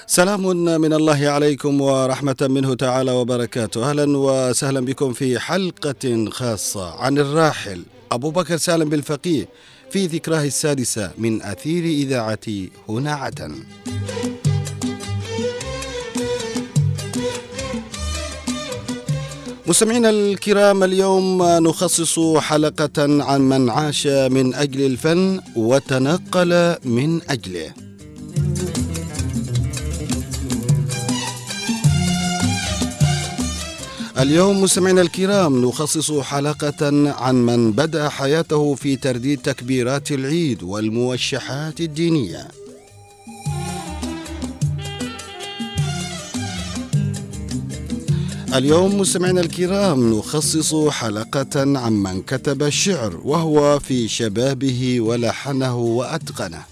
سلام من الله عليكم ورحمة منه تعالى وبركاته. أهلا وسهلا بكم في حلقة خاصة عن الراحل أبو بكر سالم بالفقيه في ذكراه السادسة من أثير إذاعة هنا عدن. مستمعينا الكرام، اليوم نخصص حلقة عن من عاش من أجل الفن وتنقل من أجله. اليوم مستمعينا الكرام نخصص حلقة عن من بدأ حياته في ترديد تكبيرات العيد والموشحات الدينية. اليوم مستمعينا الكرام نخصص حلقة عن من كتب الشعر وهو في شبابه ولحنه وأتقنه.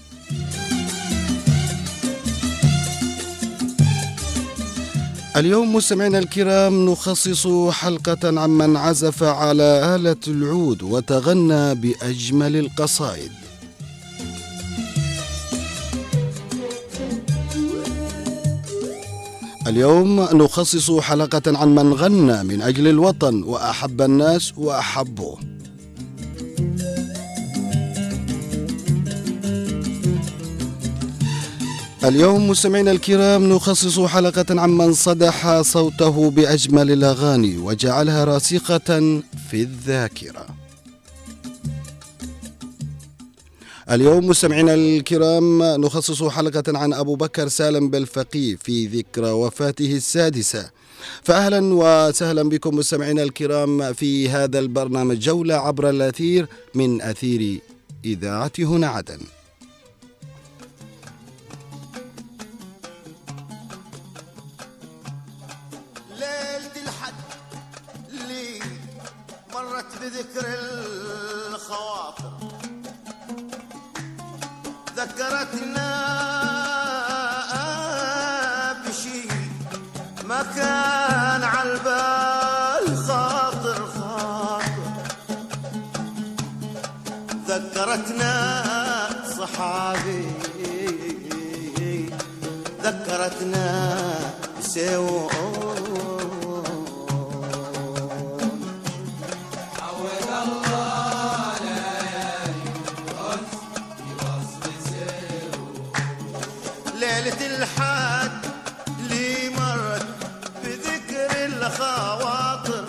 اليوم مستمعينا الكرام نخصص حلقة عن من عزف على آلة العود وتغنى بأجمل القصائد. اليوم نخصص حلقة عن من غنى من أجل الوطن وأحب الناس وأحبوه. اليوم مستمعينا الكرام نخصص حلقة عن من صدح صوته بأجمل الأغاني وجعلها راسخة في الذاكرة. اليوم مستمعينا الكرام نخصص حلقة عن أبو بكر سالم بالفقيه في ذكرى وفاته السادسة. فأهلا وسهلا بكم مستمعينا الكرام في هذا البرنامج، جولة عبر الأثير من أثير إذاعة هنا عدن. بذكر الخواطر ذكرتنا بشي ما كان عالبال خاطر ذكرتنا صحابي ذكرتنا سووا ليلة الحد اللي مرت بذكر الخواطر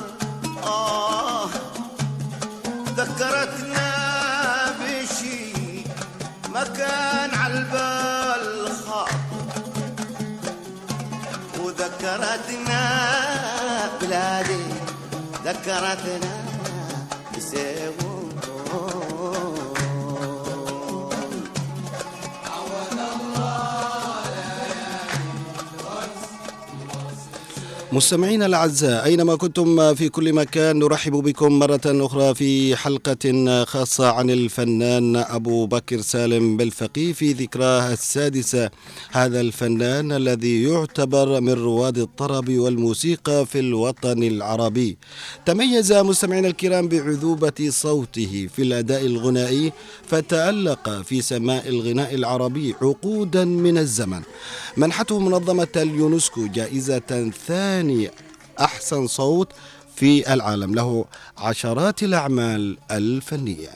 ذكرتنا بشي ما كان عالبال خاطر وذكرتنا بلادي ذكرتنا بسيبون. مستمعينا الأعزاء أينما كنتم في كل مكان، نرحب بكم مرة أخرى في حلقة خاصة عن الفنان أبو بكر سالم بالفقيه في ذكراه السادسة. هذا الفنان الذي يعتبر من رواد الطرب والموسيقى في الوطن العربي، تميز مستمعينا الكرام بعذوبة صوته في الأداء الغنائي، فتألق في سماء الغناء العربي عقودا من الزمن. منحته منظمة اليونسكو جائزة ثاني أحسن صوت في العالم، له عشرات الأعمال الفنية.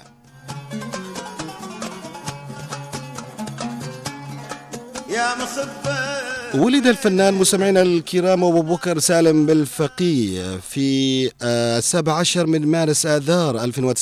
ولد الفنان مستمعينا الكرام أبو بكر سالم بالفقيه في 17 من مارس آذار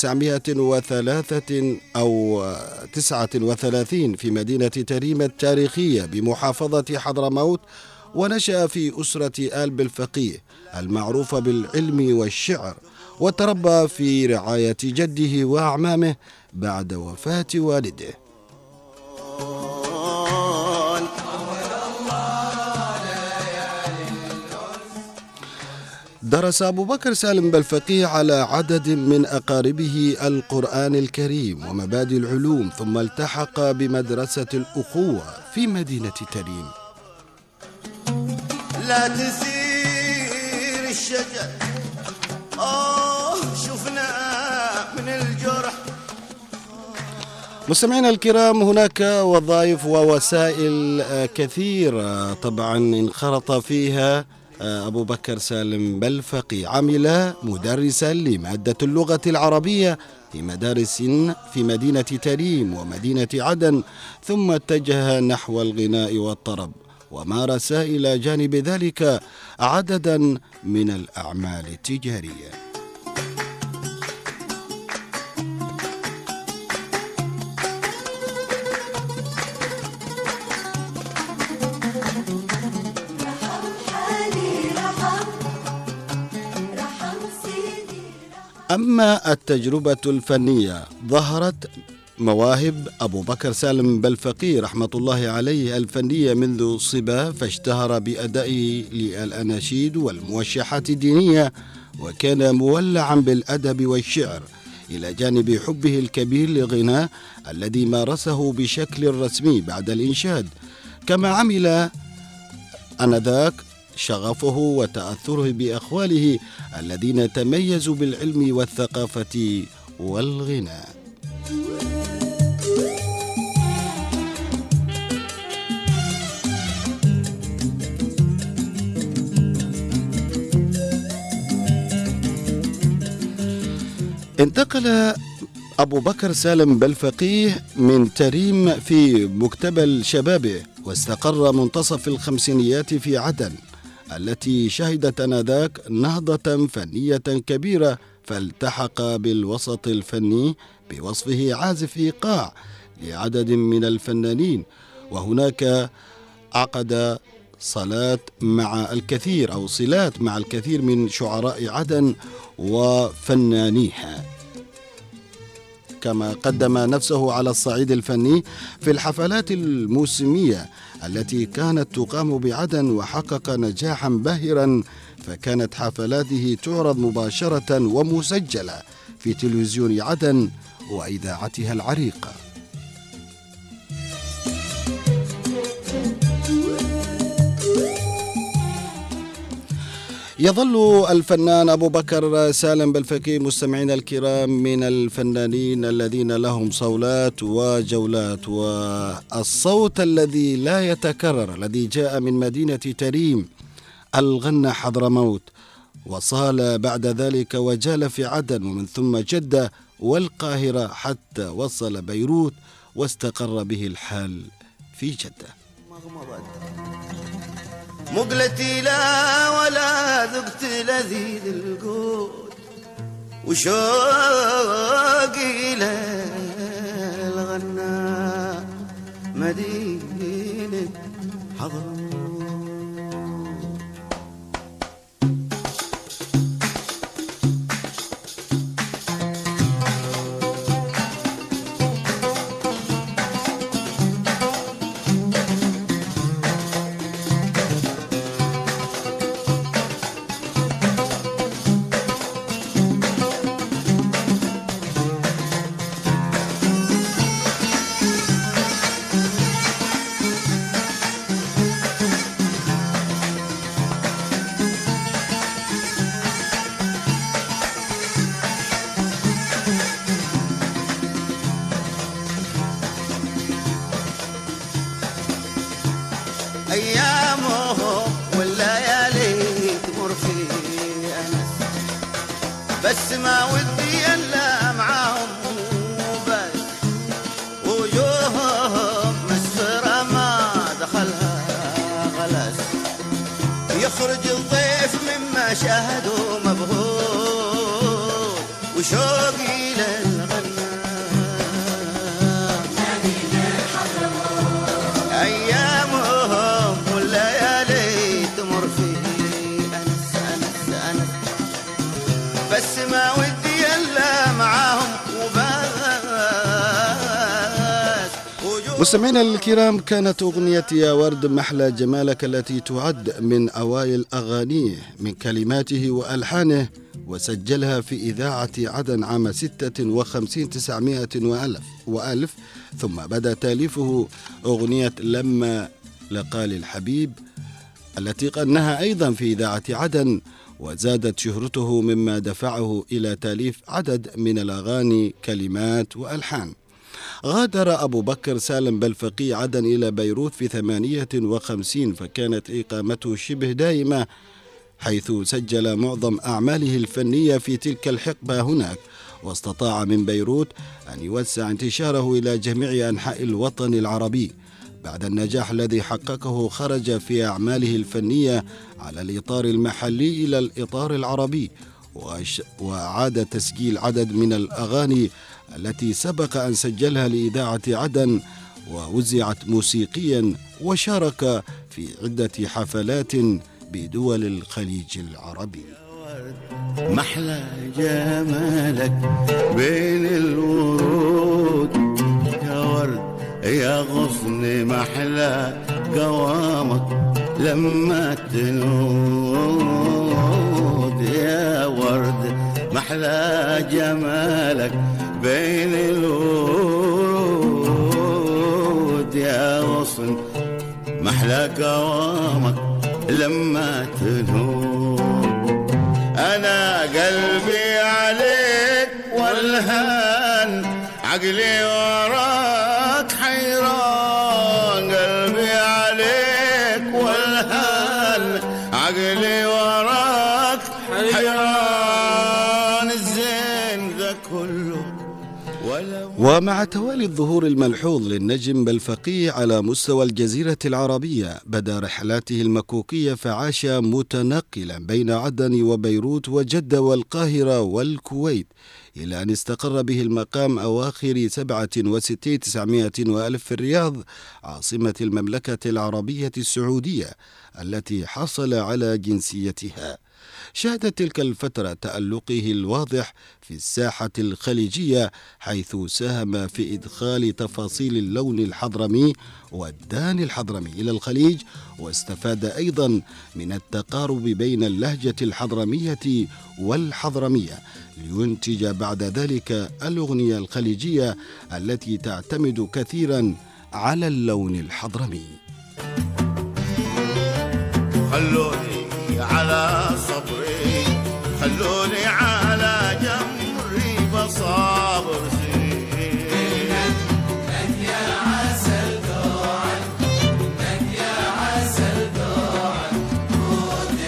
1939 في مدينة تريم التاريخية بمحافظة حضرموت، ونشأ في أسرة آل بالفقيه المعروفة بالعلم والشعر، وتربى في رعاية جده وأعمامه بعد وفاة والده. درس أبو بكر سالم بالفقيه على عدد من أقاربه القرآن الكريم ومبادئ العلوم، ثم التحق بمدرسة الأخوة في مدينة تريم. لا تسير الشجر شفنا من الجرح مستمعينا الكرام، هناك وظائف ووسائل كثيرة طبعا انخرط فيها أبو بكر سالم بلفقي. عمل مدرسا لمادة اللغة العربية في مدارس في مدينة تريم ومدينة عدن، ثم اتجه نحو الغناء والطرب، ومارس إلى جانب ذلك عددا من الأعمال التجارية. أما التجربة الفنية، ظهرت مواهب أبو بكر سالم بلفقي رحمة الله عليه الفنية منذ صبا، فاشتهر بأدائه للأناشيد والموشحات الدينية، وكان مولعا بالأدب والشعر، إلى جانب حبه الكبير للغناء الذي مارسه بشكل رسمي بعد الإنشاد. كما عمل آنذاك شغفه وتأثره بأخواله الذين تميزوا بالعلم والثقافة والغناء. انتقل أبو بكر سالم بلفقي من تريم في مقتبل شبابه، واستقر منتصف الخمسينيات في عدن التي شهدت آنذاك نهضة فنية كبيرة، فالتحق بالوسط الفني بوصفه عازف إيقاع لعدد من الفنانين، وهناك عقد صلات مع الكثير من شعراء عدن وفنانيها. كما قدم نفسه على الصعيد الفني في الحفلات الموسمية التي كانت تقام بعدن، وحقق نجاحا باهرا، فكانت حفلاته تعرض مباشرة ومسجلة في تلفزيون عدن وإذاعتها العريقة. يظل الفنان أبو بكر سالم بلفقي مستمعين الكرام من الفنانين الذين لهم صولات وجولات، والصوت الذي لا يتكرر الذي جاء من مدينة تريم الغنى حضرموت، وصال بعد ذلك وجال في عدن، ومن ثم جدة والقاهرة، حتى وصل بيروت واستقر به الحال في جدة. مقلتي لا ولا ذقت لذيذ القول، وشوقي للغنى مدينة حضرموت. أيامهم والليالي تمر في أنس، بس ما ودي إلا معاهم وبس، وجوههم مسفرة ما دخلها غلس، يخرج الضيف مما شاهدوا مبهور، وشوقي للغنى مدينة حضرموت. أيامهم والليالي تمر في أنس أنس أنس، بس ما ودي إلا معاهم وبس. مستمعينا الكرام، كانت أغنية يا ورد محلى جمالك التي تعد من أوائل أغانيه من كلماته وألحانه، وسجلها في إذاعة عدن عام 56 900 وألف، ثم بدأ تأليفه أغنية لما لقال الحبيب التي غناها أيضا في إذاعة عدن، وزادت شهرته مما دفعه إلى تأليف عدد من الأغاني كلمات وألحان. غادر أبو بكر سالم بلفقي عدن إلى بيروت في 58، فكانت إقامته شبه دائمة، حيث سجل معظم أعماله الفنية في تلك الحقبة هناك، واستطاع من بيروت أن يوسع انتشاره إلى جميع أنحاء الوطن العربي. بعد النجاح الذي حققه خرج في أعماله الفنية على الإطار المحلي إلى الإطار العربي، وأعاد تسجيل عدد من الأغاني التي سبق أن سجلها لإذاعة عدن ووزعت موسيقيا، وشارك في عدة حفلات بدول الخليج العربي. محلى جمالك بين الورود يا ورد يا غصن، محلى قوامك لما تنود يا ورد، محلى جمالك بين الورود يا غصن، محلى قوامك لما تنود. أنا قلبي عليك والهان، عقلي وراك حيران، قلبي عليك والهان، عقلي وراك حيران، الزين ذا كله. ومع توالي الظهور الملحوظ للنجم بلفقي على مستوى الجزيرة العربية، بدأ رحلاته المكوكية، فعاش متنقلا بين عدن وبيروت وجدة والقاهرة والكويت، إلى أن استقر به المقام أواخر 67 وألف في الرياض، عاصمة المملكة العربية السعودية التي حصل على جنسيتها. شهدت تلك الفترة تألقه الواضح في الساحة الخليجية، حيث ساهم في إدخال تفاصيل اللون الحضرمي والدان الحضرمي إلى الخليج، واستفاد أيضا من التقارب بين اللهجة الحضرمية والحضرمية، لينتج بعد ذلك الأغنية الخليجية التي تعتمد كثيرا على اللون الحضرمي. خلوني على صبري، خلوني على جمري بصابر سنينك، لك يا عسل دوعك، لك يا عسل دوعك، موت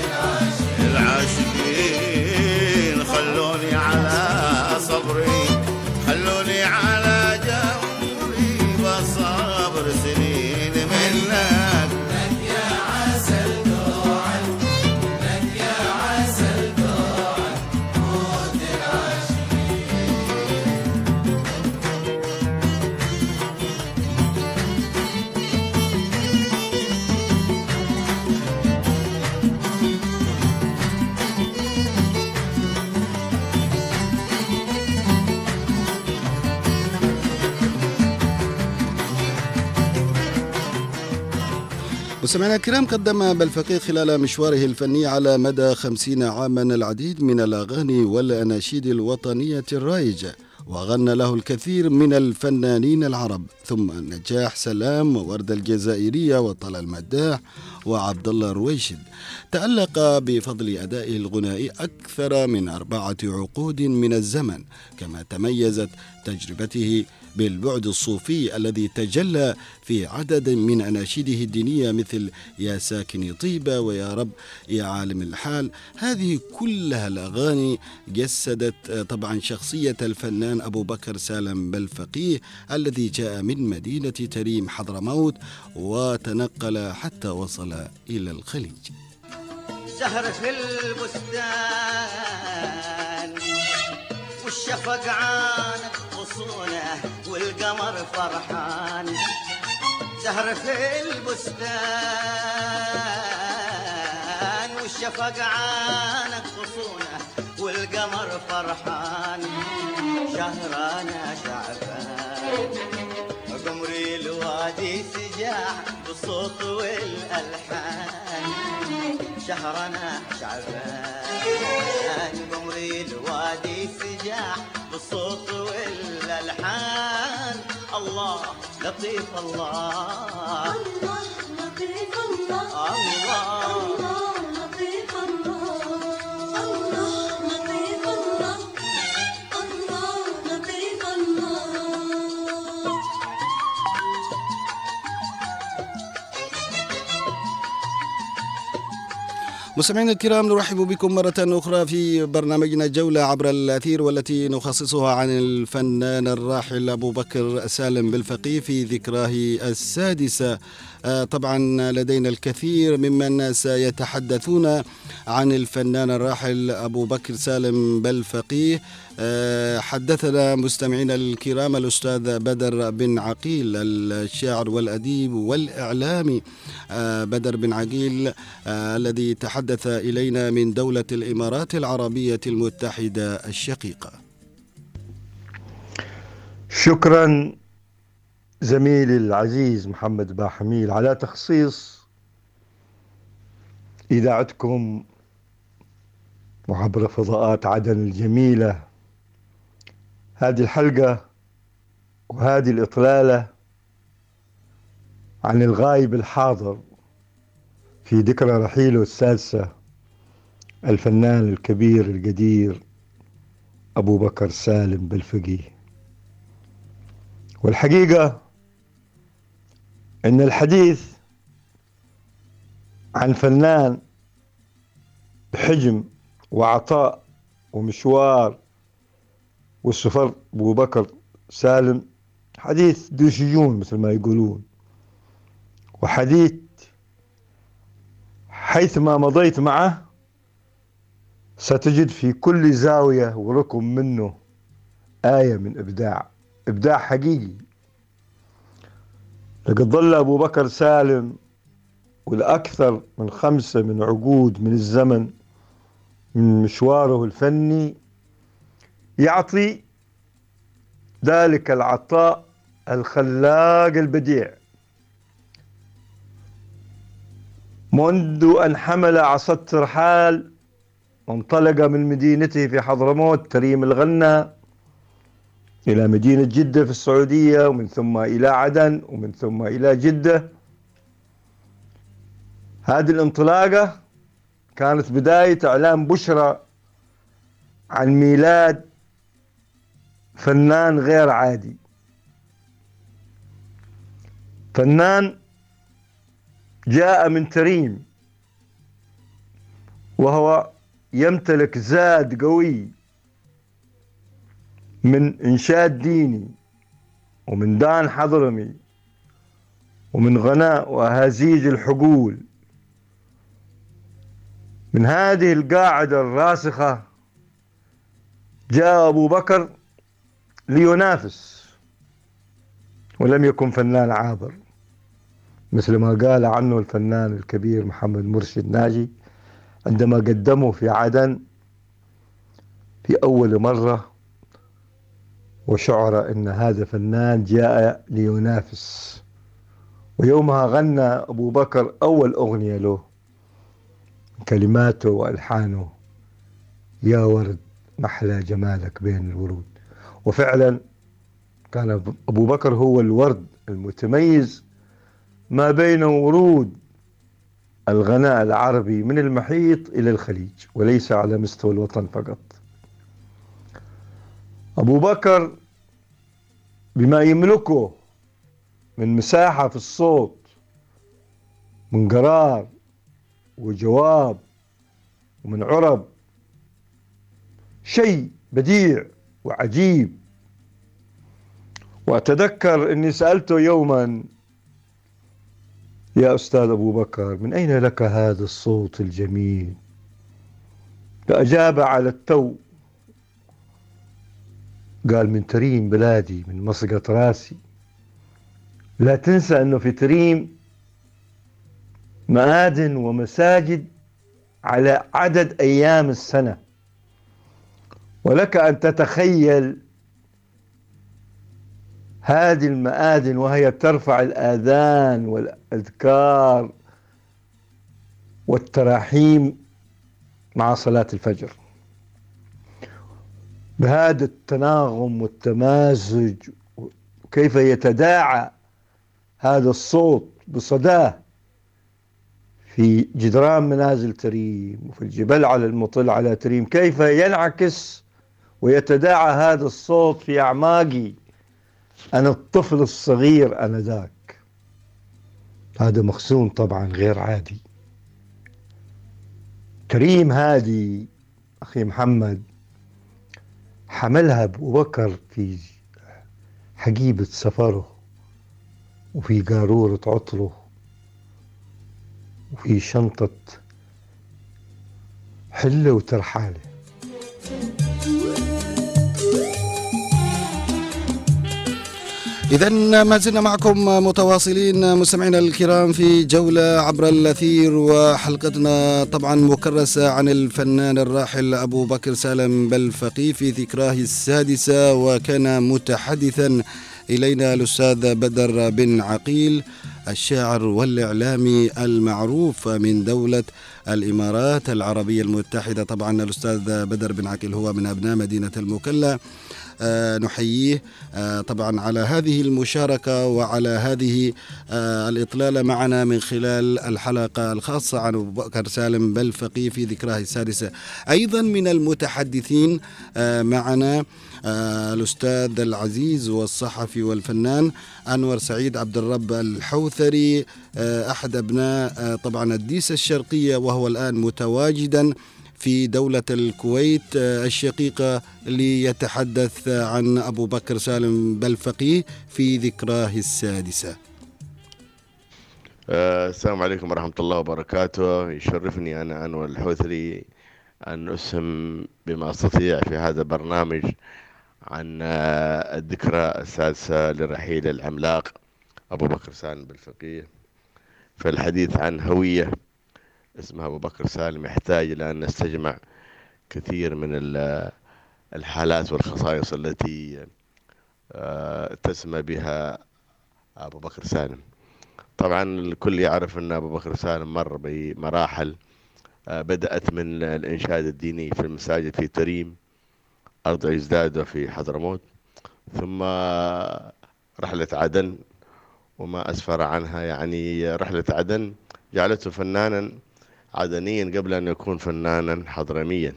العاشقين. خلوني على صبري، خلوني على جمري بصابر سنين منك، لك يا عسل مستمعينا الكرام، قدم بلفقي خلال مشواره الفني على مدى 50 عاما العديد من الأغاني والأناشيد الوطنية الرائجة، وغنى له الكثير من الفنانين العرب، ثم نجاح سلام ووردة الجزائرية وطلال المداح وعبد الله رويشد. تألق بفضل أدائه الغنائي أكثر من 4 عقود من الزمن، كما تميزت تجربته بالبعد الصوفي الذي تجلى في عدد من أناشيده الدينية، مثل يا ساكن طيبة ويا رب يا عالم الحال. هذه كلها الأغاني جسدت طبعا شخصية الفنان أبو بكر سالم بلفقي الذي جاء من مدينة تريم حضرموت وتنقل حتى وصل إلى الخليج. زهر في البستان والشفق عانق غصونه والقمر فرحان، زهر في البستان والشفق عانق غصونه والقمر فرحان، شهرانا شعبان قمري الوادي سجاح بالصوت والألحان، شهرنا شعبان قمري الوادي سجاح بالصوت والألحان، الله لطيف الله، الله لطيف الله، الله لطيف الله، الله لطيف الله، الله لطيف الله. مستمعينا الكرام، نرحب بكم مرة أخرى في برنامجنا جولة عبر الأثير، والتي نخصصها عن الفنان الراحل أبو بكر سالم بالفقيه في ذكراه السادسة. طبعا لدينا الكثير ممن سيتحدثون عن الفنان الراحل أبو بكر سالم بالفقيه. حدثنا مستمعينا الكرام الأستاذ بدر بن عقيل، الشاعر والأديب والإعلامي بدر بن عقيل، الذي تحدث إلينا من دولة الإمارات العربية المتحدة الشقيقة. شكرا زميلي العزيز محمد باحميل على تخصيص إذاعتكم وعبر فضاءات عدن الجميلة هذه الحلقة وهذه الإطلالة عن الغايب الحاضر في ذكرى رحيله السادسة، الفنان الكبير القدير أبو بكر سالم بالفقيه. والحقيقة أن الحديث عن فنان بحجم وعطاء ومشوار والسفر أبو بكر سالم حديث ذو شجون مثل ما يقولون، وحديث حيثما مضيت معه ستجد في كل زاوية وركن منه آية من إبداع حقيقي. لقد ظل أبو بكر سالم والأكثر من 5 عقود من الزمن من مشواره الفني يعطي ذلك العطاء الخلاق البديع، منذ أن حمل عصا الترحال وانطلق من مدينته في حضرموت تريم الغنى إلى مدينة جدة في السعودية، ومن ثم إلى عدن، ومن ثم إلى جدة. هذه الانطلاقة كانت بداية إعلان بشرى عن ميلاد فنان غير عادي، فنان جاء من تريم وهو يمتلك زاد قوي من إنشاد ديني ومن دان حضرمي ومن غناء وأهازيج الحقول. من هذه القاعدة الراسخة جاء أبو بكر لينافس، ولم يكن فنان عابر مثل ما قال عنه الفنان الكبير محمد مرشد ناجي عندما قدمه في عدن في أول مرة وشعر أن هذا فنان جاء لينافس. ويومها غنى أبو بكر أول أغنية له، كلماته وألحانه، يا ورد محلى جمالك بين الورود. وفعلا كان أبو بكر هو الورد المتميز ما بين ورود الغناء العربي من المحيط إلى الخليج، وليس على مستوى الوطن فقط. أبو بكر بما يملكه من مساحة في الصوت، من قرار وجواب ومن عرب، شيء بديع وعجيب. وأتذكر أني سألته يوما: يا أستاذ أبو بكر، من أين لك هذا الصوت الجميل؟ فأجاب على التو، قال: من تريم بلادي، من مسقط راسي. لا تنسى أنه في تريم مآذن ومساجد على عدد أيام السنة، ولك أن تتخيل هذه المآذن وهي ترفع الآذان والأذكار والتراحيم مع صلاة الفجر، بهذا التناغم والتمازج، وكيف يتداعى هذا الصوت بصداه في جدران منازل تريم وفي الجبل على المطل على تريم، كيف ينعكس ويتداعى هذا الصوت في أعماقي أنا الطفل الصغير آنذاك. هذا مخزون طبعا غير عادي. تريم هذه أخي محمد حملها أبو بكر في حقيبة سفره، وفي قارورة عطره، وفي شنطة حلة وترحالة. إذا ما زلنا معكم متواصلين مستمعينا الكرام في جولة عبر الأثير، وحلقتنا طبعا مكرسة عن الفنان الراحل أبو بكر سالم بالفقيه في ذكراه السادسة. وكان متحدثا إلينا الأستاذ بدر بن عقيل الشاعر والإعلامي المعروف من دولة الإمارات العربية المتحدة. طبعا الأستاذ بدر بن عقيل هو من أبناء مدينة المكلا. نحييه طبعا على هذه المشاركة وعلى هذه الإطلالة معنا من خلال الحلقة الخاصة عن أبو بكر سالم بالفقيه في ذكراه السادسة. أيضا من المتحدثين معنا الأستاذ العزيز والصحفي والفنان أنور سعيد عبد الرب الحوثري، أحد أبناء طبعا الديس الشرقية، وهو الآن متواجدا في دولة الكويت الشقيقة ليتحدث عن أبو بكر سالم بالفقيه في ذكراه السادسة. السلام عليكم ورحمة الله وبركاته. يشرفني أنا أنور الحوثري أن أسهم بما أستطيع في هذا البرنامج عن الذكرى السادسة لرحيل العملاق أبو بكر سالم بالفقيه. فالحديث عن هوية اسمها أبو بكر سالم يحتاج إلى أن نستجمع كثير من الحالات والخصائص التي تسمى بها أبو بكر سالم. طبعا الكل يعرف أن أبو بكر سالم مر بمراحل، بدأت من الإنشاد الديني في المساجد في تريم أرض أجداده في حضرموت، ثم رحلة عدن وما أسفر عنها. يعني رحلة عدن جعلته فنانا عدنيا قبل أن يكون فنانا حضرميا.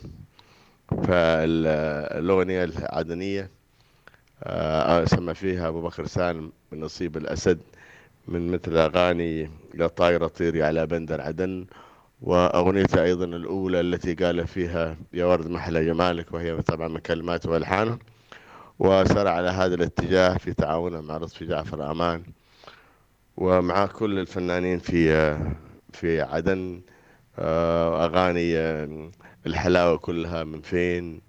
فالأغنية العدنية سمى فيها أبو بكر سالم بنصيب الأسد، من مثل أغاني يا طايرة طيري على بندر عدن، وأغنيته أيضا الأولى التي قال فيها يا ورد محلى جمالك، وهي طبعا من كلماته والحانه. وسار على هذا الاتجاه في تعاونه مع لطفي جعفر أمان ومع كل الفنانين في عدن. أغاني الحلاوة كلها من فين،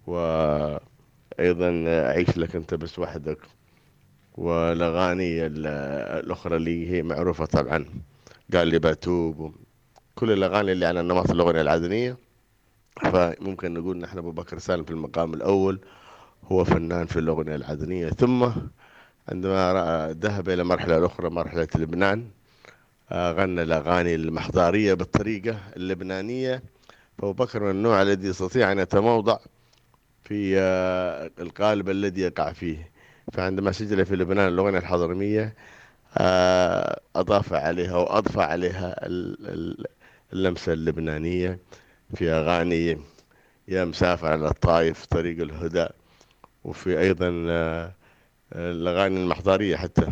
وأيضا أعيش لك أنت بس وحدك، والأغاني الأخرى اللي هي معروفة طبعا قال لي باتوب، كل الأغاني اللي على نمط الأغنية العدنية. فممكن نقول نحن أبو بكر سالم في المقام الأول هو فنان في الأغنية العدنية. ثم عندما ذهب إلى مرحلة أخرى، مرحلة لبنان، غنى الأغاني المحضارية بالطريقة اللبنانية. فأبو بكر من النوع الذي يستطيع أن يتموضع في القالب الذي يقع فيه. فعندما سجل في لبنان الأغنية الحضرمية أضاف عليها وأضفى عليها اللمسة اللبنانية في أغاني يا مسافر على الطائف طريق الهدى، وفي أيضا الأغاني المحضارية حتى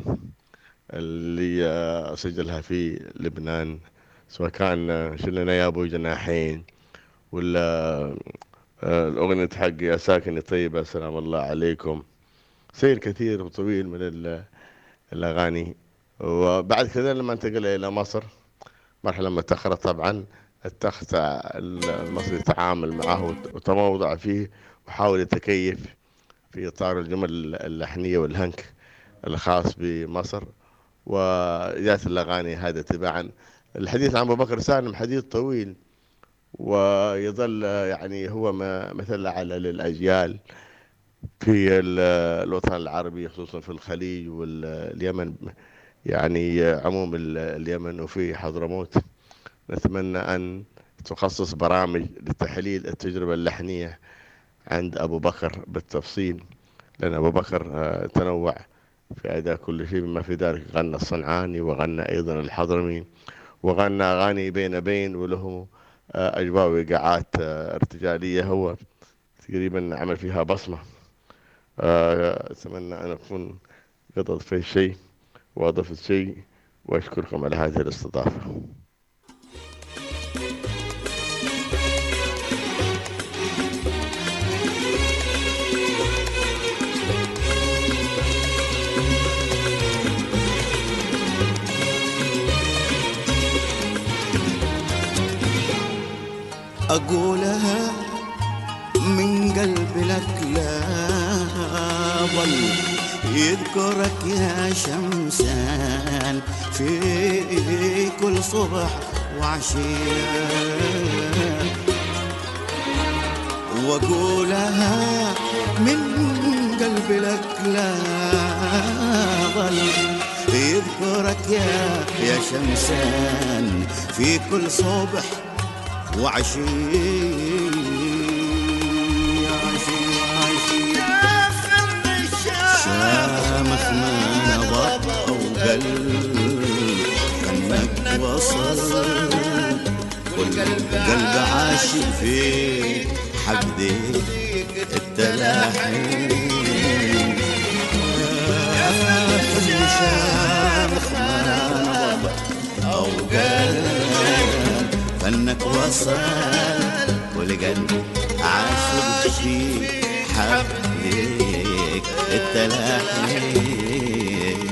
اللي سجلها في لبنان، سواء كان شلنا يا أبو جناحين، ولا الأغنية حق يا ساكن طيبة سلام الله عليكم. سير كثير وطويل من الأغاني. وبعد كذا لما انتقل إلى مصر مرحلة متأخرة، طبعا التخت المصري يتعامل معه وتموضع فيه وحاول يتكيف في إطار الجمل اللحنية والهنك الخاص بمصر، وجاءت الأغاني هذا تباعا. الحديث عن أبو بكر سالم حديث طويل، ويظل يعني هو مثل أعلى للأجيال في الوطن العربي، خصوصا في الخليج واليمن، يعني عموم اليمن وفي حضرموت. نتمنى أن تخصص برامج لتحليل التجربة اللحنية عند أبو بكر بالتفصيل، لأن أبو بكر تنوع في أداء كل شيء، بما في ذلك غنى الصنعاني وغنى أيضا الحضرمي، وغنى أغاني بين وله أجواء وإيقاعات ارتجالية هو تقريبا عمل فيها بصمة. أتمنى أن أكون قد أضفت شيء وأضفت شيء، وأشكركم على هذه الاستضافة. أقولها من قلبي لك لا ظل يذكرك يا شمسان في كل صبح وعشية، وأقولها من قلبي لك لا ظل يذكرك يا شمسان في كل صبح وعشية. شامخ ما نظر وقلب كأنك وصل والقلب عاشق فيك حقديك التلاحين. شامخ ما نظر أو قلب كأنك وصل والقلب عاشق فيك حقديك التلاحين.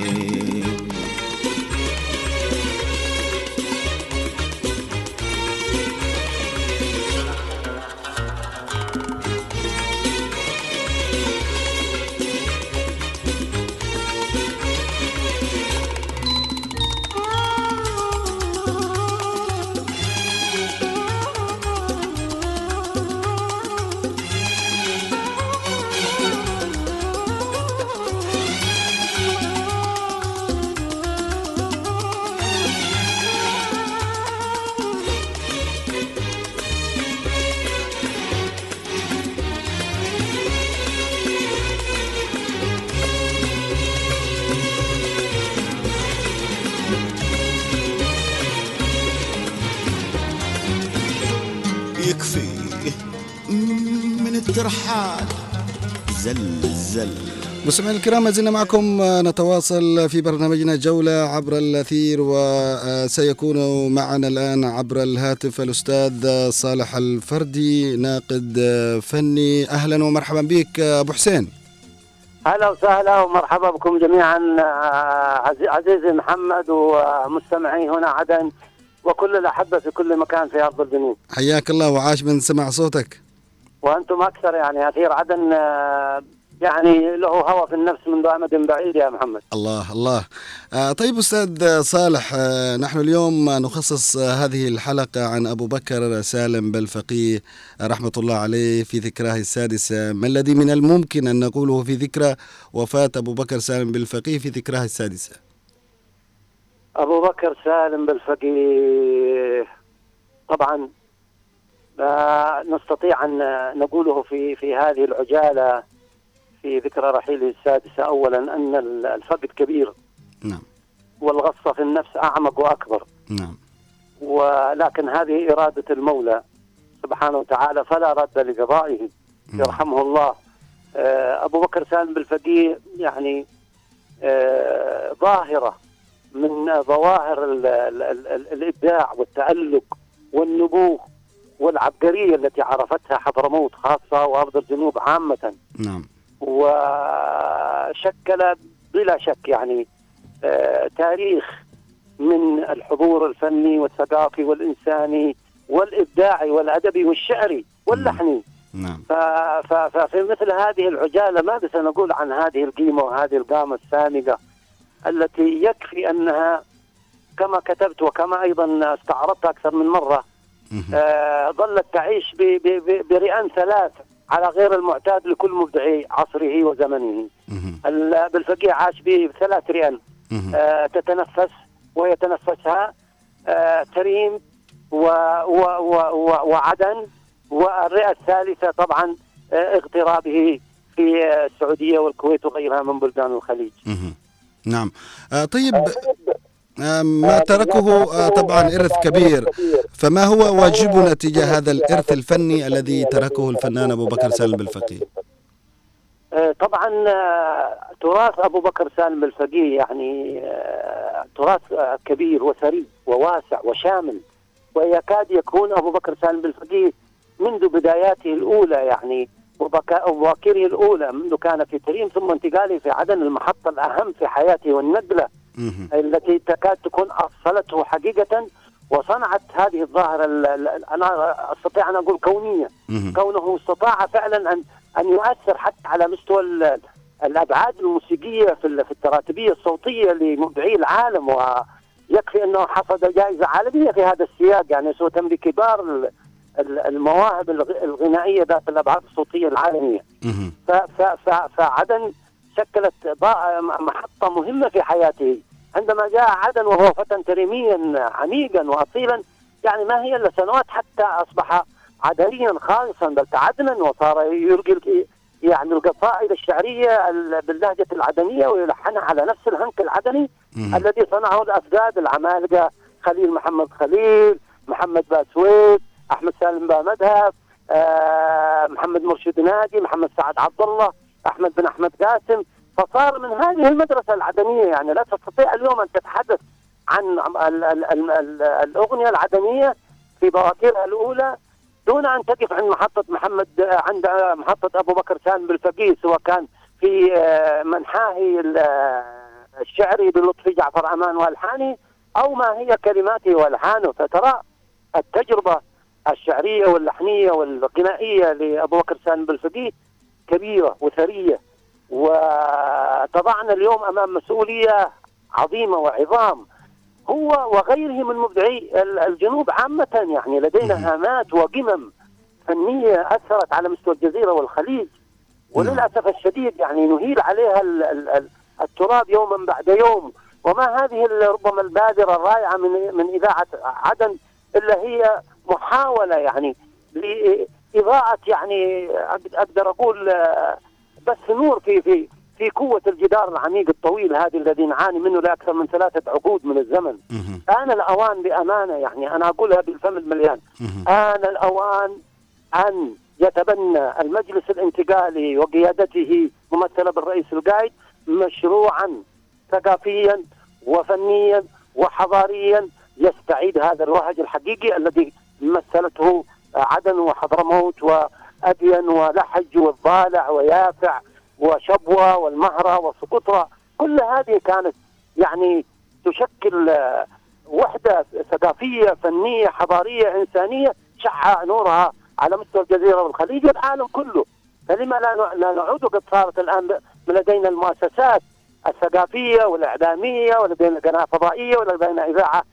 يكفي من الترحال زل. مستمعينا الكرام، ما زلنا معكم نتواصل في برنامجنا جولة عبر الأثير، وسيكون معنا الآن عبر الهاتف الأستاذ صالح الفردي ناقد فني. أهلا ومرحبا بك أبو حسين. هلا وسهلا ومرحبا بكم جميعا عزيزي محمد ومستمعي هنا عدن وكل الأحبة في كل مكان في أرض الجنوب. حياك الله وعاش من سمع صوتك. وأنتم أكثر، يعني أثير عدن يعني له هوى في النفس منذ أمد بعيد يا محمد. الله. طيب أستاذ صالح، نحن اليوم نخصص هذه الحلقة عن أبو بكر سالم بالفقيه رحمة الله عليه في ذكراه السادسة. ما الذي من الممكن أن نقوله في ذكرى وفاة أبو بكر سالم بالفقيه في ذكراه السادسة؟ أبو بكر سالم بالفقيه طبعا نستطيع أن نقوله في هذه العجالة في ذكرى رحيله السادسة. أولا أن الفقد كبير، نعم، والغصة في النفس أعمق وأكبر، نعم، ولكن هذه إرادة المولى سبحانه وتعالى فلا رد لقضائه، يرحمه الله. أبو بكر سالم بالفقيه يعني ظاهرة من ظواهر الإبداع والتألق والنبوغ والعبقرية التي عرفتها حضرموت خاصة وأرض الجنوب عامة. نعم. وشكل بلا شك يعني تاريخ من الحضور الفني والثقافي والإنساني والإبداعي والأدبي والشعري واللحني. نعم. ففي مثل هذه العجالة ماذا سنقول عن هذه القيمة وهذه القامة السامقة التي يكفي أنها كما كتبت وكما أيضا استعرضت أكثر من مرة ظلت تعيش برئان ثلاث على غير المعتاد لكل مبدعي عصره وزمنه. بالفقيه عاش بثلاث رئان تتنفس ويتنفسها تريم وعدن، والرئة الثالثة طبعا اغترابه في السعودية والكويت وغيرها من بلدان الخليج. نعم. طيب ما تركه طبعا إرث كبير، فما هو واجبنا تجاه هذا الإرث الفني الذي تركه الفنان أبو بكر سالم بالفقيه؟ طبعا تراث أبو بكر سالم بالفقيه يعني تراث كبير وثري وواسع وشامل، ويكاد يكون أبو بكر سالم بالفقيه منذ بداياته الأولى يعني وبواكره الأولى منذ كان في تريم ثم انتقاله في عدن المحطة الأهم في حياته والنقلة التي تكاد تكون أصلته حقيقة وصنعت هذه الظاهرة أنا أستطيع أن أقول كونية. كونه استطاع فعلا أن يؤثر حتى على مستوى الأبعاد الموسيقية في التراتبية الصوتية لمبدعي العالم، ويكفي أنه حصد جائزة عالمية في هذا السياق، يعني صوتا بكبار المواهب الغنائية ذات الأبعاد الصوتية العالمية. فعدن شكلت محطة مهمة في حياته. عندما جاء عدن وهو فتى تريميا عميقا وأصيلا، يعني ما هي إلا سنوات حتى أصبح عدنيا خالصا، بل تعدنا وصار يلقي يعني القصائد الشعرية باللهجة العدنية ويلحنها على نفس الهنك العدني الذي صنعه الأفقاد العمالقة، خليل محمد خليل، محمد باسويد، أحمد سالم بامذهب، محمد مرشد ناجي، محمد سعد عبد الله، أحمد بن أحمد قاسم. فصار من هذه المدرسة العدنية، يعني لا تستطيع اليوم أن تتحدث عن الأغنية العدنية في بواكيرها الأولى دون أن تقف عند عند محطة أبو بكر سالم بالفقيه، سواء كان في منحاه الشعري بلطفي جعفر أمان والحاني أو ما هي كلماته والحانه. فترى التجربة الشعرية واللحنية والغنائية لأبو بكر سالم بالفقيه كبيرة وثرية، وتضعنا اليوم أمام مسؤولية عظيمة وعظام. هو وغيره من مبدعي الجنوب عامة، يعني لدينا هامات وقمم فنية أثرت على مستوى الجزيرة والخليج، وللأسف الشديد يعني نهيل عليها التراب يوما بعد يوم. وما هذه ربما البادرة الرائعة من إذاعة عدن إلا هي محاولة يعني لإضاءة، يعني أقدر أقول بس نور في قوة الجدار العميق الطويل هذا الذي نعاني منه لأكثر من 3 عقود من الزمن. آن الأوان بأمانة، يعني أنا أقولها بالفم المليان، آن الأوان أن يتبنى المجلس الانتقالي وقيادته ممثلة بالرئيس القائد مشروعا ثقافيا وفنيا وحضاريا يستعيد هذا الوهج الحقيقي الذي مثلته عدن وحضرموت وأدين ولحج والضالع ويافع وشبوة والمهرة وسقطرى. كل هذه كانت يعني تشكل وحدة ثقافية فنية حضارية إنسانية شع نورها على مستوى الجزيرة والخليج والعالم كله. فلما لا نعود؟ قد صارت الآن لدينا المؤسسات الثقافية والإعلامية، ولدينا قناة فضائية، ولدينا إذاعة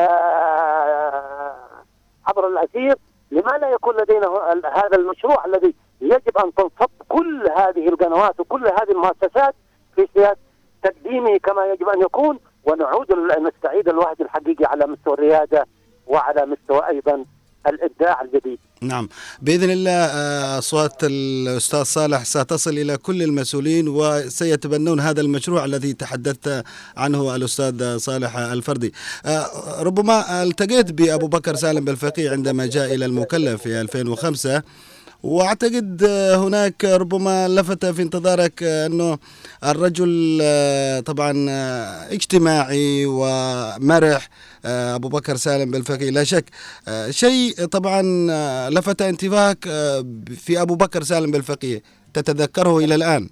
عبر الأثير. لما لا يكون لدينا هذا المشروع الذي يجب أن تنصب كل هذه القنوات وكل هذه المؤسسات في سياق تقديمه كما يجب أن يكون، ونعود نستعيد الوهج الحقيقي على مستوى الريادة وعلى مستوى أيضا الإبداع الجديد. نعم، بإذن الله أصوات الأستاذ صالح ستصل إلى كل المسؤولين وسيتبنون هذا المشروع الذي تحدثت عنه الأستاذ صالح الفردي. ربما التقيت بأبو بكر سالم بالفقيه عندما جاء إلى المكلف في 2005، وأعتقد هناك ربما لفت في انتظارك أنه الرجل طبعا اجتماعي ومرح. أبو بكر سالم بالفقيه لا شك شيء طبعا لفت انتباهك في أبو بكر سالم بالفقيه تتذكره إلى الآن.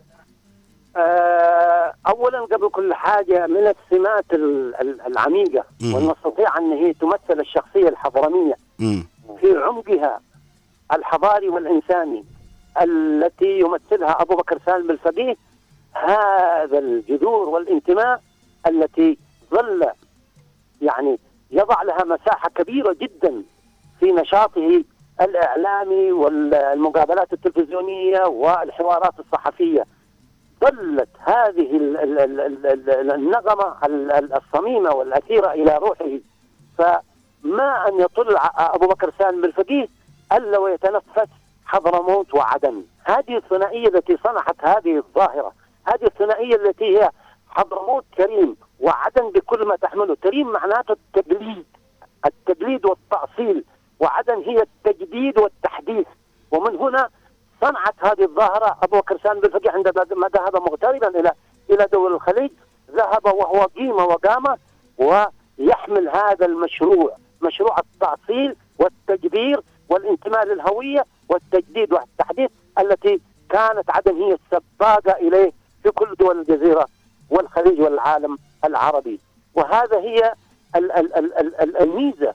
أولا قبل كل حاجة من السمات العميقة ونستطيع أن هي تمثل الشخصية الحضرمية في عمقها الحضاري والإنساني التي يمثلها أبو بكر سالم بالفقيه، هذا الجذور والانتماء التي ظل يعني يضع لها مساحة كبيرة جدا في نشاطه الإعلامي والمقابلات التلفزيونية والحوارات الصحفية. ظلت هذه النغمة الصميمة والأثيرة إلى روحه، فما أن يطل أبو بكر سالم بالفقيه ألا ويتنفس حضرموت وعدن. هذه الثنائية التي صنعت هذه الظاهرة، هذه الثنائية التي هي حضرموت كريم وعدن بكل ما تحمله. كريم معناته التقليد والتأصيل، وعدن هي التجديد والتحديث. ومن هنا صنعت هذه الظاهرة أبو بكر سالم بالفقيه عندما ذهب مغتربا إلى دول الخليج، ذهب وهو قيمة وقامة ويحمل هذا المشروع، مشروع التأصيل والتجبير والانتماء للهوية والتجديد والتحديث التي كانت عدن هي السباقة إليه في كل دول الجزيرة والخليج والعالم العربي. وهذا هي الميزة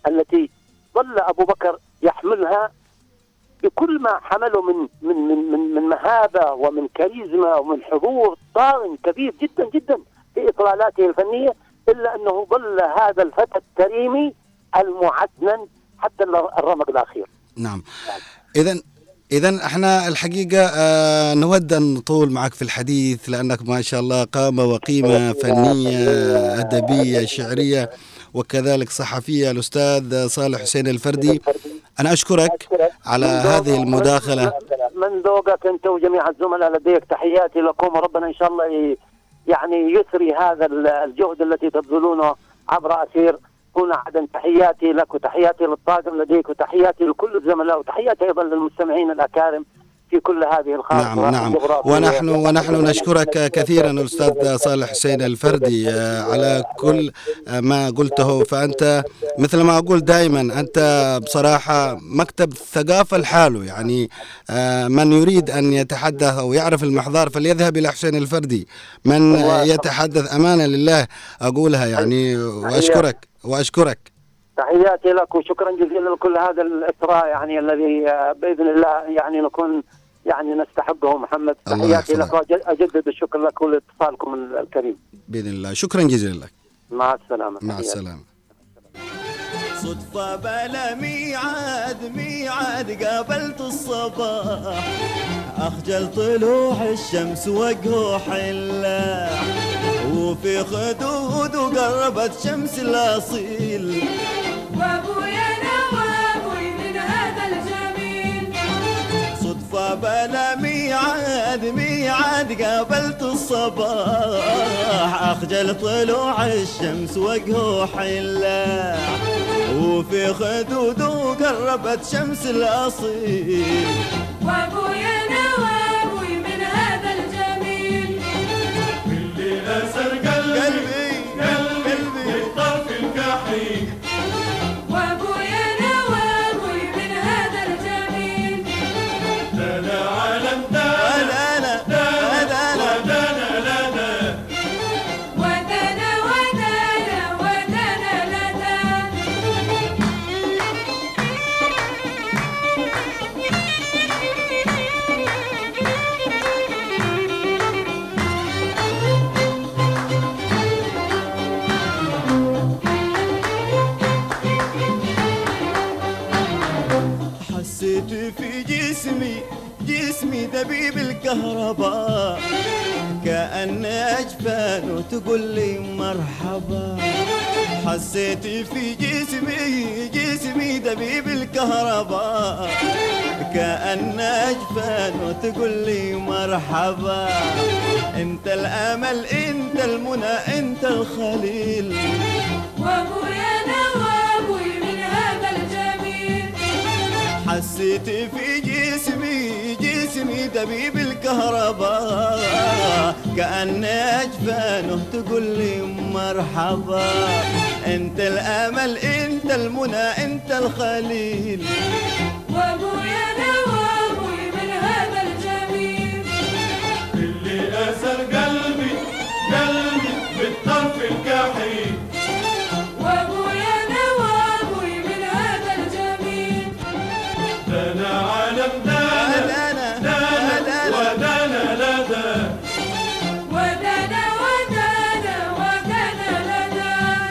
التي ظل أبو بكر يحملها بكل ما حمله من مهابة ومن كاريزما ومن حضور طاغٍ كبير جدا جدا في إطلالاته الفنية، إلا أنه ظل هذا الفتى التريمي المعدن حتى الرمق الأخير. نعم. إذن احنا الحقيقة نود أن نطول معك في الحديث، لأنك ما شاء الله قامة وقيمة فنية أدبية شعرية وكذلك صحفية. الأستاذ صالح حسين الفردي، أنا أشكرك على هذه المداخلة. من ذوقك أنت وجميع الزملاء لديك تحياتي لكم، وربنا إن شاء الله يعني يسري هذا الجهد التي تبذلونه عبر أثير هنا عدن. تحياتي لك وتحياتي للطاقم لديك وتحياتي لكل الزملاء وتحياتي أيضا للمستمعين الأكارم في كل هذه الخاصة. نعم. ونحن نشكرك كثيرا الأستاذ صالح حسين الفردي على كل ما قلته. فأنت مثل ما أقول دائما أنت بصراحة مكتب الثقافة لحاله، يعني من يريد أن يتحدث أو يعرف المحضار فليذهب إلى حسين الفردي. من يتحدث أمانة لله أقولها يعني. وأشكرك تحياتي لك وشكرا جزيلا لكل هذا الإثراء يعني الذي بإذن الله يعني نكون يعني نستحقه. محمد تحياتي لك وأجدد الشكر لك ولاتصالكم الكريم بإذن الله. شكرا جزيلا لك. مع السلامة. مع السلامة. صدفة بلا ميعاد قابلت الصباح، أخجل طلوع الشمس وجهه حلاح، وفي خدود وقربت شمس الأصيل، وابويا نوابوي من هذا الجميل. صدفة بلا ميعاد قابلت الصباح، أخجل طلوع الشمس وجهه حلاح، وفي خدوده قربت شمس الأصيل، وابويا نوابوي من هذا الجميل. اللي أسر قلبي بالطرف الكحيل، وابويا نوابوي من هذا الجميل. لا عالم حسيت في جسمي دبيب الكهرباء، كأن أجفانه تقول لي مرحبا. حسيت في جسمي دبيب الكهرباء، كأن أجفانه تقول لي مرحبا. انت الأمل انت المنى انت الخليل، وابويا نوابوي من هذا الجميل. حسيت في جسمي دبيب الكهرباء، كأن أجفانه تقول لي مرحبا. انت الأمل انت المنى انت الخليل، وابويا نوابوي من هذا الجميل. اللي أسر قلبي بالطرف الكحيل، وابويا نوابوي من هذا الجميل. دانا عالم دانا ودانا لدى، ودانا لدى.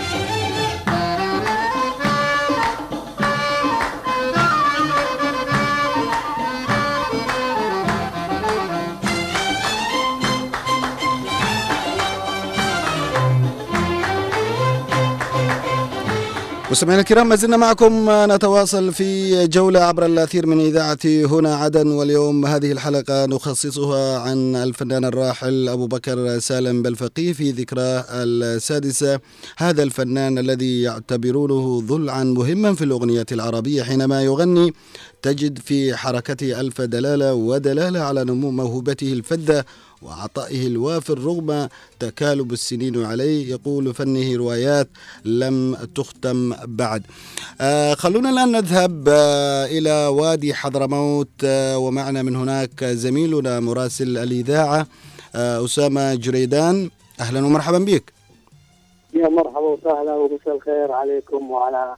مستمعينا الكرام، ما زلنا معكم نتواصل في جولة عبر الأثير من إذاعة هنا عدن. واليوم هذه الحلقة نخصصها عن الفنان الراحل أبو بكر سالم بالفقيه في ذكراه السادسة. هذا الفنان الذي يعتبرونه ضلعا مهما في الأغنية العربية، حينما يغني تجد في حركته ألف دلالة ودلالة على نمو موهبته الفذة وعطائه الوافر رغم تكالب السنين عليه. يقول فنه روايات لم تختم بعد. خلونا الآن نذهب إلى وادي حضرموت، ومعنا من هناك زميلنا مراسل الإذاعة أسامة جريدان. أهلا ومرحبا بك. يا مرحبا وسهلا ومساء الخير عليكم وعلى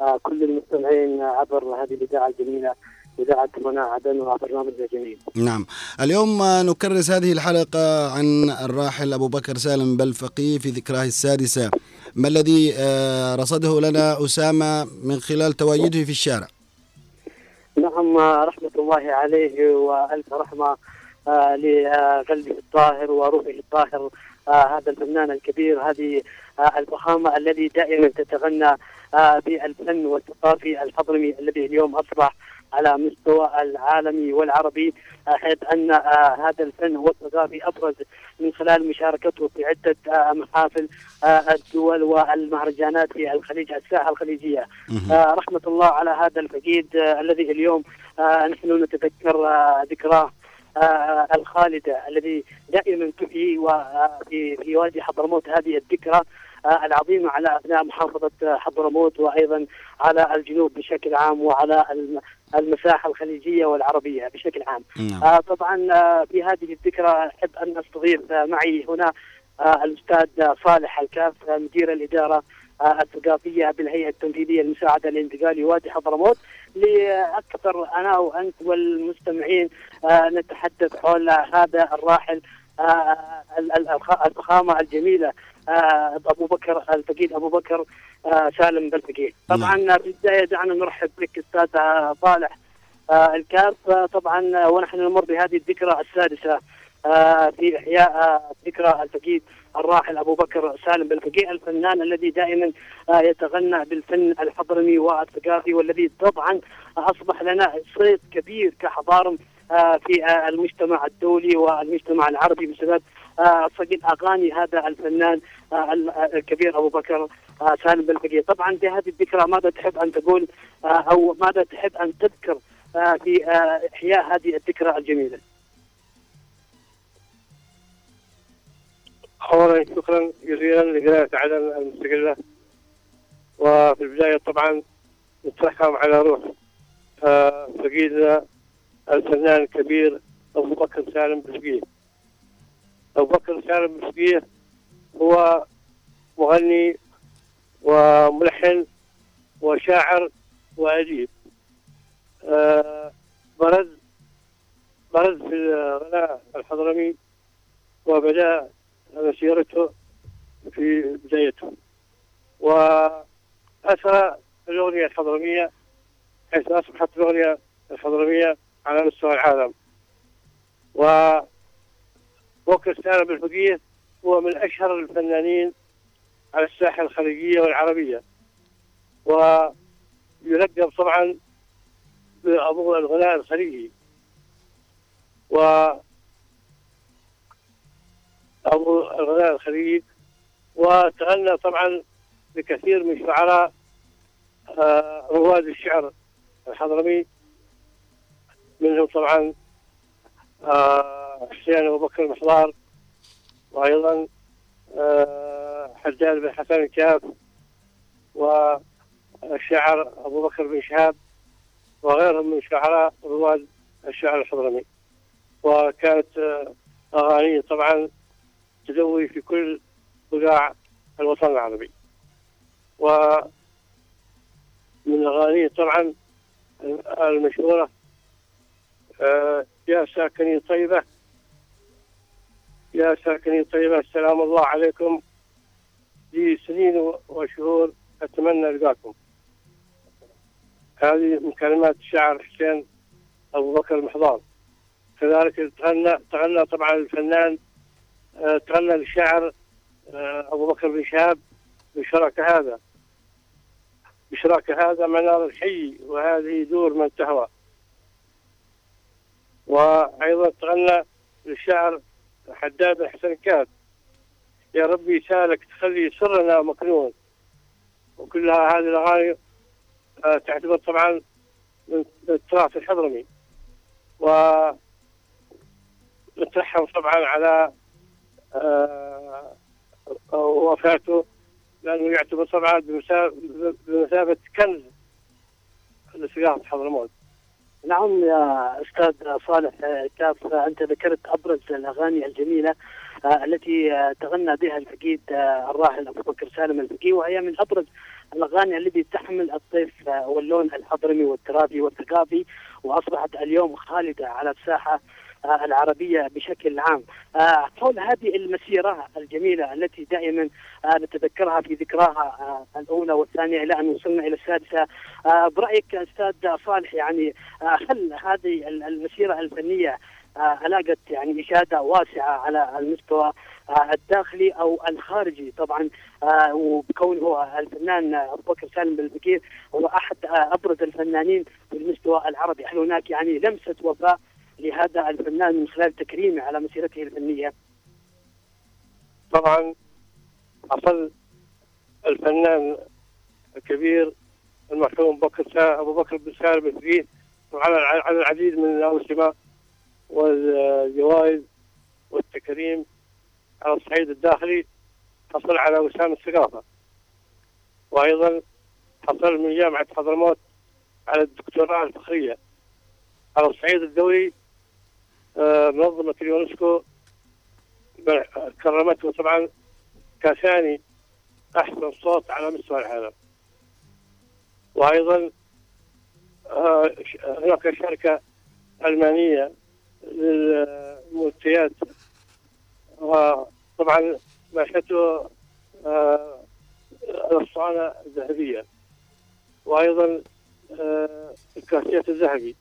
كل المستمعين عبر هذه الإذاعة الجميلة، إذاعة منى عدن وبرنامجنا الجميل. نعم، اليوم نكرس هذه الحلقة عن الراحل أبو بكر سالم بلفقي في ذكراه السادسة. ما الذي رصده لنا أسامة من خلال تواجده في الشارع؟ نعم، رحمة الله عليه وألف رحمة لقلبه الطاهر وروحه الطاهر، هذا الفنان الكبير، هذه الفخامة الذي دائما تتغنى بالفن والثقافي الحضرمي الذي اليوم أصبح على مستوى العالمي والعربي، حيث أن هذا الفن والثقافي أبرز من خلال مشاركته في عدة محافل الدول والمهرجانات في الخليج، الساحة الخليجية. رحمة الله على هذا الفقيد الذي اليوم نحن نتذكر ذكراه الخالدة، الذي دائما تحيي في وادي حضرموت هذه الذكرى العظيمة على أبناء محافظة حضرموت وأيضا على الجنوب بشكل عام وعلى المساحة الخليجية والعربية بشكل عام. طبعا في هذه الذكرى أحب أن أستضيف معي هنا الأستاذ صالح الكاف، مدير الإدارة الثقافية بالهيئة التنفيذية المساعدة لانتقال وادي حضرموت، لأكثر أنا وأنت والمستمعين نتحدث حول هذا الراحل الفخامة الجميلة أبو بكر الفقيد أبو بكر سالم بلفقي. طبعا في البداية دعنا نرحب بك أستاذ صالح الكاف، طبعا ونحن نمر بهذه الذكرى السادسة في إحياء ذكرى الفقيد الراحل أبو بكر سالم بلفقي، الفنان الذي دائما يتغنى بالفن الحضرمي والثقافي، والذي طبعا أصبح لنا صيت كبير كحضارم في المجتمع الدولي والمجتمع العربي بسبب صقل أغاني هذا الفنان الكبير أبو بكر سالم بلفقي. طبعا في هذه الذكرى ماذا تحب أن تقول أو ماذا تحب أن تذكر في إحياء هذه الذكرى الجميلة؟ أولا شكرا جزيلا لقناة عدن المستقلة، وفي البداية طبعا نترحم على روح فقيدنا الفنان الكبير أبو بكر سالم بلفقي. أبو بكر سالم بلفقي هو مغني وملحن وشاعر وأديب، برز في الغناء الحضرمي وبدأ مسيرته في بدايته، وأثر الأغنية الحضرمية حيث أصبحت الأغنية الحضرمية على مستوى العالم. وبكر سالم بلفقي هو من أشهر الفنانين على الساحة الخليجية والعربية، ويلقب طبعا بأبو الغناء الخليجي وأبو الغناء الخليجي، وتغنى طبعا بكثير من شعراء رواد الشعر الحضرمي، منهم طبعا حسين أبو بكر المحضار، وأيضا حداد بن حسن الكاف، والشاعر أبو بكر بن شهاب، وغيرهم من شعراء رواد الشعر الحضرمي. وكانت أغانيه طبعا تدوي في كل بقاع الوطن العربي. ومن أغانيه طبعا المشهورة يا ساكني طيبة، يا ساكني طيبة السلام الله عليكم، لي سنين وشهور أتمنى ألقاكم. هذه من كلمات الشاعر حسين أبو بكر المحضار. كذلك تغنى طبعا الفنان، تغنى الشاعر أبو بكر بن شهاب بشراك هذا منار الحي وهذه دور من تهوى. وأيضا تغنى الشاعر حداد بن حسن الكاف، يا ربي سالك تخلي سرنا مكنون. وكلها هذه الأغاني تعتبر طبعا من التراث الحضرمي. ونترحم طبعا على وفاته، لأنه يعتبر طبعا بمثابة كنز لثقافة حضرموت. نعم يا أستاذ صالح كاف، أنت ذكرت أبرز الأغاني الجميلة التي تغنى بها الفقيد الراحل أبو بكر سالم الفقي، وهي من أبرز الأغاني التي تحمل الطيف واللون الحضرمي والتراثي والثقافي، وأصبحت اليوم خالدة على الساحة العربية بشكل عام. حول هذه المسيرة الجميلة التي دائما نتذكرها في ذكراها الأولى والثانية إلى أن وصلنا إلى السادسة، برأيك أستاذ صالح يعني هل هذه المسيرة الفنية ألاقت يعني إشادة واسعة على المستوى الداخلي أو الخارجي؟ طبعا وبكونه الفنان أبو بكر سالم بالفقيه هو أحد أبرز الفنانين في المستوى العربي، هل هناك يعني لمسة وفاء لهذا الفنان من خلال تكريمه على مسيرته الفنية؟ طبعا حصل الفنان الكبير المرحوم أبو بكر بن سالم بالفقيه على العديد من الأوسمة والجوائز والتكريم على الصعيد الداخلي. حصل على وسام الثقافة، وأيضا حصل من جامعة حضرموت على الدكتوراه الفخرية. على الصعيد الدولي منظمة اليونسكو كرمته طبعا كثاني أحسن صوت على مستوى العالم. وأيضا هناك شركة ألمانية للمنتجات، وطبعا منحته الأسطوانة الذهبية، وأيضا الكاسيت الذهبي.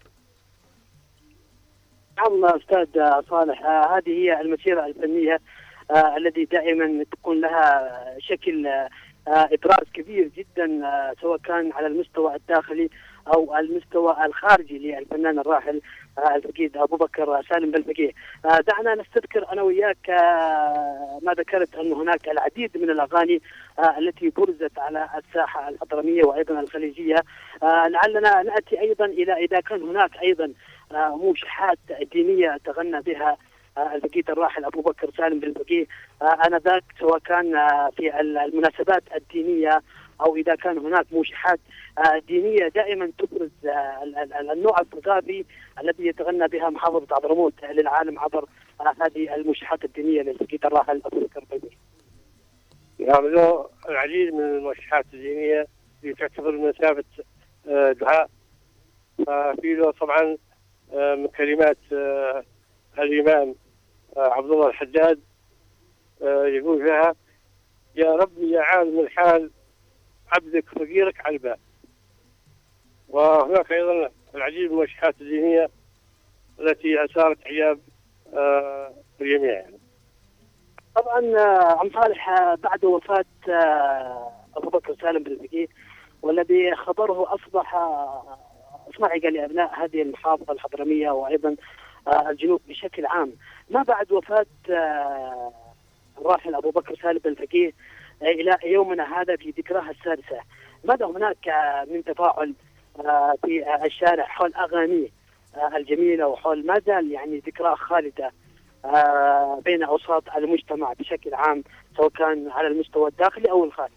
نعم أستاذ صالح، هذه هي المسيرة الفنية التي دائما تكون لها شكل إبراز كبير جدا، سواء كان على المستوى الداخلي أو المستوى الخارجي للفنان الراحل الفقيد أبو بكر سالم بالفقيه. دعنا نستذكر أنا وياك ما ذكرت أن هناك العديد من الأغاني التي برزت على الساحة الحضرمية وأيضا الخليجية. لعلنا نأتي أيضا إلى إذا كان هناك أيضا موشحات دينية تغنى بها الفقيد الراحل أبو بكر سالم بالفقيه آنذاك، سواء كان في المناسبات الدينية أو إذا كان هناك موشحات دينية دائما تبرز النوع الثقافي الذي يتغنى بها محافظة حضرموت للعالم عبر هذه الموشحات الدينية للفقيد الراحل أبو بكر بالفقيه. نعم، له العديد من الموشحات الدينية اللي تعتبر بمثابة دعاء. ففي له طبعا من كلمات الإمام عبد الله الحداد يقول فيها: يا ربي يا عالم الحال عبدك فقيرك على الباب. وهناك أيضا العديد من الموشحات الدينية التي أثارت إعجاب الجميع يعني. طبعا عم صالح، بعد وفاة أبو بكر سالم بالفقيه والذي خبره أصبح صاعقة لأبناء هذه المحافظة الحضرمية وأيضا الجنوب بشكل عام، ما بعد وفاة الراحل أبو بكر سالم بالفقيه إلى يومنا هذا في ذكراه السادسة، ماذا هناك من تفاعل في الشارع حول أغانيه الجميلة وحول ما زال يعني ذكراه خالدة بين أوساط المجتمع بشكل عام، سواء كان على المستوى الداخلي أو الخارجي؟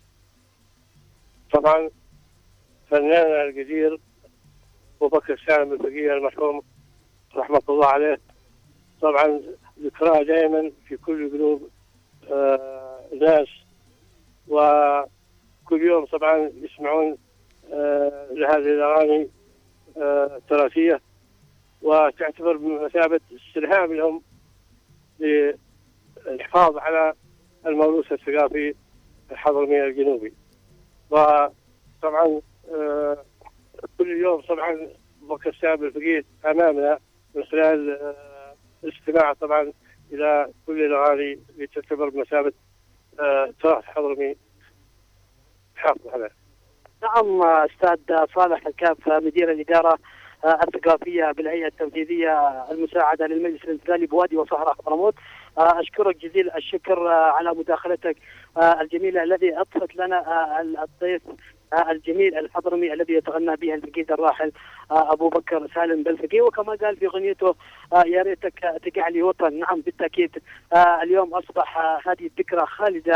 طبعا فناننا القدير أبو بكر سالم بالفقيه المرحوم رحمة الله عليه، طبعا ذكراه دائما في كل قلوب الناس، وكل يوم طبعا يسمعون لهذه الأغاني التراثية، وتعتبر بمثابة استلهام لهم للحفاظ على الموروث الثقافي الحضرمي الجنوبي. وطبعا كل يوم طبعا بكر سالم بالفقيه أمامنا من خلال الاستماع طبعا إلى كل الأغاني اللي تعتبر بمثابة تراث حضرمي حافظ عليه. نعم أستاذ صالح الكاف، مدير الإدارة الثقافية بالهيئة التنفيذية المساعدة للمجلس الانتقالي بوادي وصحراء حضرموت، أشكرك جزيل الشكر على مداخلتك الجميلة الذي أضفت لنا الضيف الجميل الحضرمي الذي يتغنى به الفقيد الراحل أبو بكر سالم بالفقيه، وكما قال في أغنيته يا ريتك تقع لي وطن. نعم بالتأكيد اليوم أصبح هذه الذكرى خالدة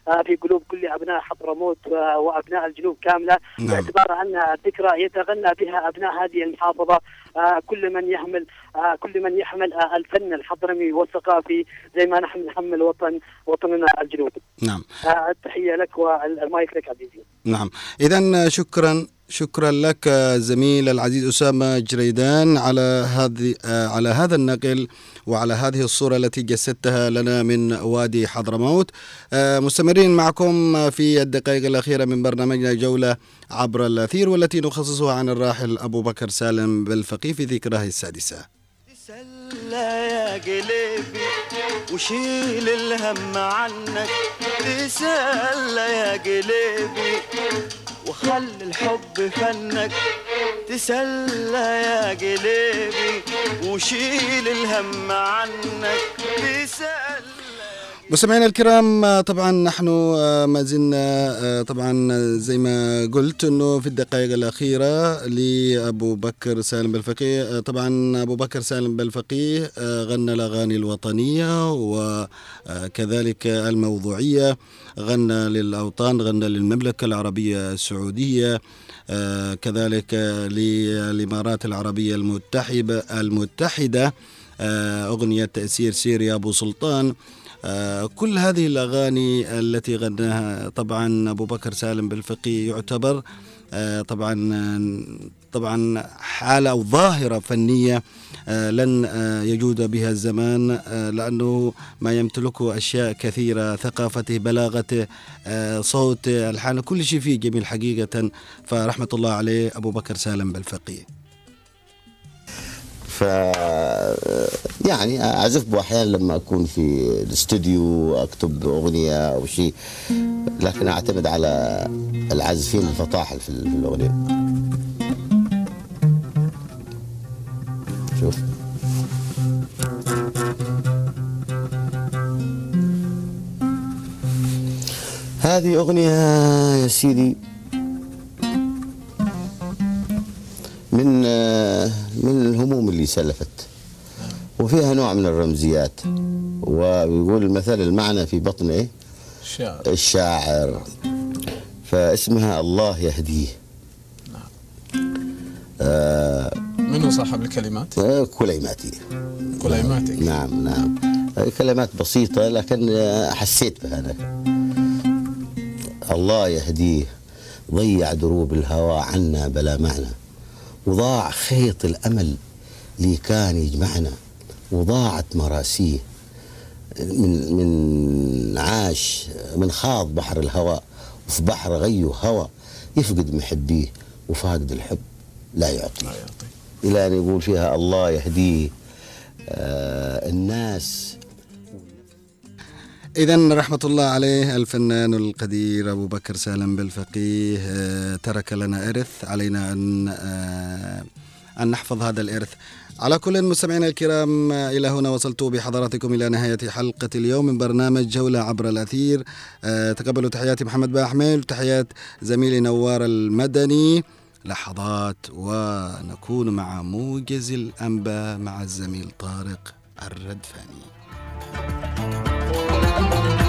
في قلوب كل أبناء حضرموت وأبناء الجنوب كاملة، باعتبار أنها ذكرى يتغنى بها أبناء هذه المحافظة، كل من يحمل الفن الحضرمي والثقافي زي ما نحن نحمل وطننا الجنوب. نعم. التحية لك والمايك لك عزيزي. نعم، إذن شكرا لك زميل العزيز أسامة جريدان على هذا النقل وعلى هذه الصورة التي جسدتها لنا من وادي حضرموت. مستمرين معكم في الدقائق الأخيرة من برنامجنا جولة عبر الأثير، والتي نخصصها عن الراحل أبو بكر سالم بالفقيه في ذكراه السادسة. تسلى يا قلبي وشيل الهم عنك، تسلى يا قلبي وخلي الحب فنك، تسلى يا قلبي وشيل الهم عنك، تسلى. مستمعينا الكرام، طبعا نحن ما زلنا طبعا زي ما قلت انه في الدقائق الاخيره لابو بكر سالم بالفقيه. طبعا ابو بكر سالم بالفقيه غنى الاغاني الوطنيه وكذلك الموضوعيه، غنى للاوطان، غنى للمملكه العربيه السعوديه، كذلك للامارات العربيه المتحده، اغنيه تأثير سير يا ابو سلطان. كل هذه الأغاني التي غناها طبعا أبو بكر سالم بالفقيه يعتبر طبعا حالة أو ظاهرة فنية لن يجود بها الزمان، لأنه ما يمتلكه أشياء كثيرة، ثقافته، بلاغته، صوت، الحان، كل شيء فيه جميل حقيقة. فرحمة الله عليه أبو بكر سالم بالفقيه. يعني أعزف به أحيانا لما أكون في الاستوديو أكتب أغنية أو شيء، لكن أعتمد على العازفين الفطاحل في الأغنية. شوف هذه أغنية يا سيدي من الهموم اللي سلفت، وفيها نوع من الرمزيات، ويقول المثل المعنى في بطن ايه؟ الشاعر. فاسمها الله يهديه. منو صاحب الكلمات؟ كليماتي. نعم كلمات بسيطة لكن حسيت بها أنا. الله يهديه، ضيع دروب الهوى عنا بلا معنى، وضاع خيط الأمل اللي كان يجمعنا، وضاعت مراسيه من عاش من خاض بحر الهوى، وفي بحر غيه هوى يفقد محبيه، وفاقد الحب لا يعطي. إلى أن يقول فيها الله يهديه الناس. إذن رحمة الله عليه الفنان القدير أبو بكر سالم بالفقيه ترك لنا إرث، علينا أن نحفظ هذا الإرث. على كل مستمعينا الكرام، إلى هنا وصلت بحضراتكم إلى نهاية حلقة اليوم من برنامج جولة عبر الأثير. تقبلوا تحياتي محمد باحمل وتحيات زميلي نوار المدني. لحظات ونكون مع موجز الأنباء مع الزميل طارق الردفاني.